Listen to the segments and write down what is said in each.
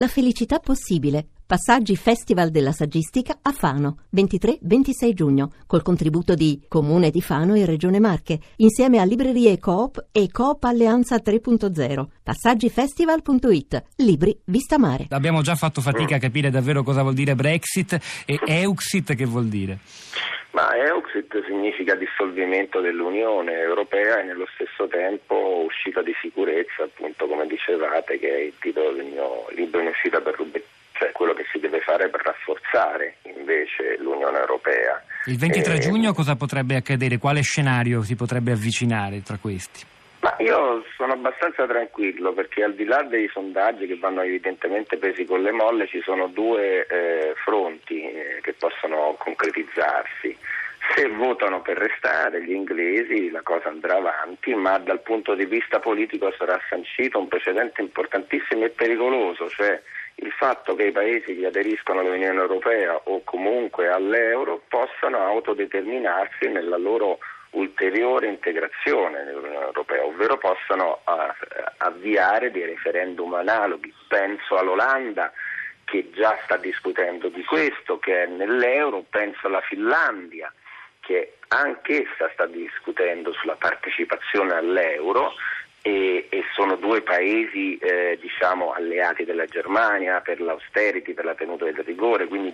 La felicità possibile. Passaggi Festival della Saggistica a Fano, 23-26 giugno, col contributo di Comune di Fano e Regione Marche, insieme a Librerie Coop e Coop Alleanza 3.0. Passaggifestival.it. Libri vista mare. Abbiamo già fatto fatica a capire davvero cosa vuol dire Brexit e Euxit che vuol dire. Ma Euxit significa dissolvimento dell'Unione Europea e nello stesso tempo uscita di sicurezza, appunto come dicevate, che è il titolo del mio libro in uscita per Rubicon, cioè quello che si deve fare per rafforzare invece l'Unione Europea. Il 23 giugno cosa potrebbe accadere? Quale scenario si potrebbe avvicinare tra questi? Ma io sono abbastanza tranquillo perché al di là dei sondaggi che vanno evidentemente presi con le molle ci sono due fronti che possono concretizzarsi. Se votano per restare gli inglesi la cosa andrà avanti, ma dal punto di vista politico sarà sancito un precedente importantissimo e pericoloso, cioè il fatto che i paesi che aderiscono all'Unione Europea o comunque all'euro possano autodeterminarsi nella loro ulteriore integrazione nell'Unione Europea, ovvero possano avviare dei referendum analoghi. Penso all'Olanda che già sta discutendo di questo, che è nell'euro, penso alla Finlandia che anch'essa sta discutendo sulla partecipazione all'euro e sono due paesi alleati della Germania per l'austerity, per la tenuta del rigore, quindi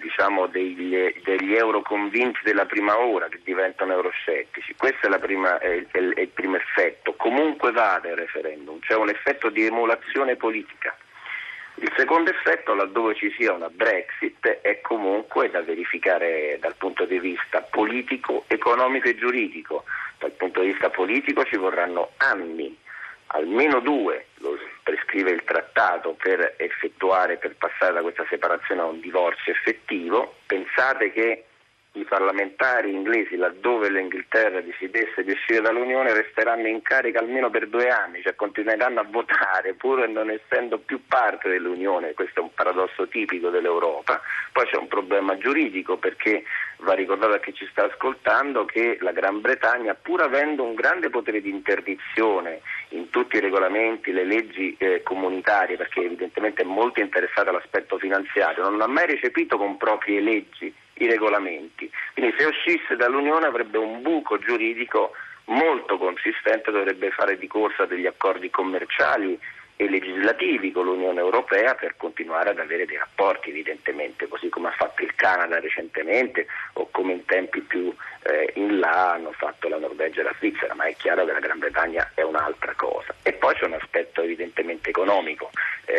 degli euro convinti della prima ora che diventano euroscettici. Questo è il primo effetto. Comunque vada il referendum, c'è un effetto di emulazione politica. Il secondo effetto, laddove ci sia una Brexit, è comunque da verificare dal punto di vista politico, economico e giuridico. Dal punto di vista politico ci vorranno anni, almeno 2, lo prescrive il trattato, per passare da questa separazione a un divorzio effettivo. Pensate che i parlamentari inglesi, laddove l'Inghilterra decidesse di uscire dall'Unione, resteranno in carica almeno per 2 anni, cioè continueranno a votare pur non essendo più parte dell'Unione. Questo è un paradosso tipico dell'Europa. Poi c'è un problema giuridico, perché va ricordato a chi ci sta ascoltando che la Gran Bretagna, pur avendo un grande potere di interdizione in tutti i regolamenti, le leggi comunitarie, perché evidentemente è molto interessata all'aspetto finanziario, non ha mai recepito con proprie leggi i regolamenti. Quindi se uscisse dall'Unione avrebbe un buco giuridico molto consistente, dovrebbe fare ricorso a degli accordi commerciali e legislativi con l'Unione Europea per continuare ad avere dei rapporti, evidentemente, così come ha fatto il Canada recentemente o come in tempi più in là hanno fatto la Norvegia e la Svizzera, ma è chiaro che la Gran Bretagna è un'altra cosa. E poi c'è un aspetto evidentemente economico.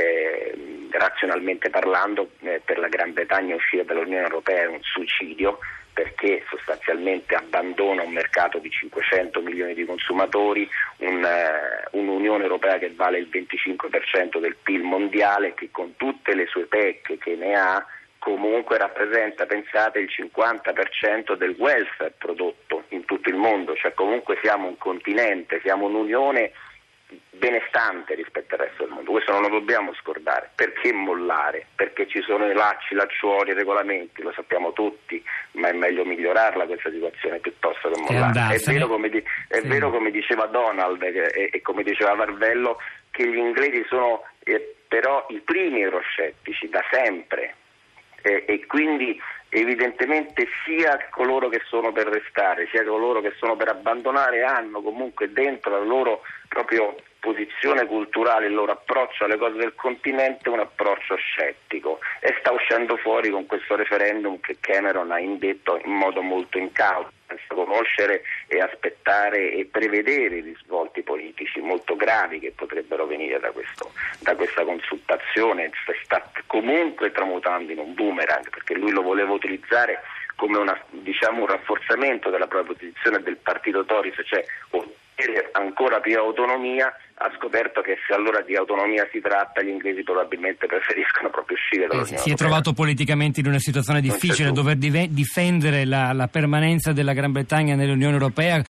Razionalmente parlando, per la Gran Bretagna uscire dall'Unione Europea è un suicidio, perché sostanzialmente abbandona un mercato di 500 milioni di consumatori, un'Unione Europea che vale il 25% del PIL mondiale, che con tutte le sue pecche che ne ha, comunque rappresenta, pensate, il 50% del welfare prodotto in tutto il mondo, cioè comunque siamo un continente, siamo un'unione benestante rispetto al resto del mondo. Questo non lo dobbiamo scordare. Perché mollare? Perché ci sono i lacci, lacciuoli, i regolamenti, lo sappiamo tutti, ma è meglio migliorarla questa situazione piuttosto che mollarla. È vero come diceva Donald e come diceva Varvello, che gli inglesi sono però i primi euroscettici da sempre e quindi evidentemente sia coloro che sono per restare sia coloro che sono per abbandonare hanno comunque dentro la loro proprio posizione culturale, il loro approccio alle cose del continente, un approccio scettico, e sta uscendo fuori con questo referendum che Cameron ha indetto in modo molto incauto, senza conoscere e aspettare e prevedere i risvolti politici molto gravi che potrebbero venire da questa consultazione. Sta comunque tramutando in un boomerang, perché lui lo voleva utilizzare come un rafforzamento della propria posizione del partito Tories, cioè ottenere ancora più autonomia. Ha scoperto che se allora di autonomia si tratta, gli inglesi probabilmente preferiscono proprio uscire dall'Unione Europea. Si è trovato politicamente in una situazione difficile, dover difendere la permanenza della Gran Bretagna nell'Unione Europea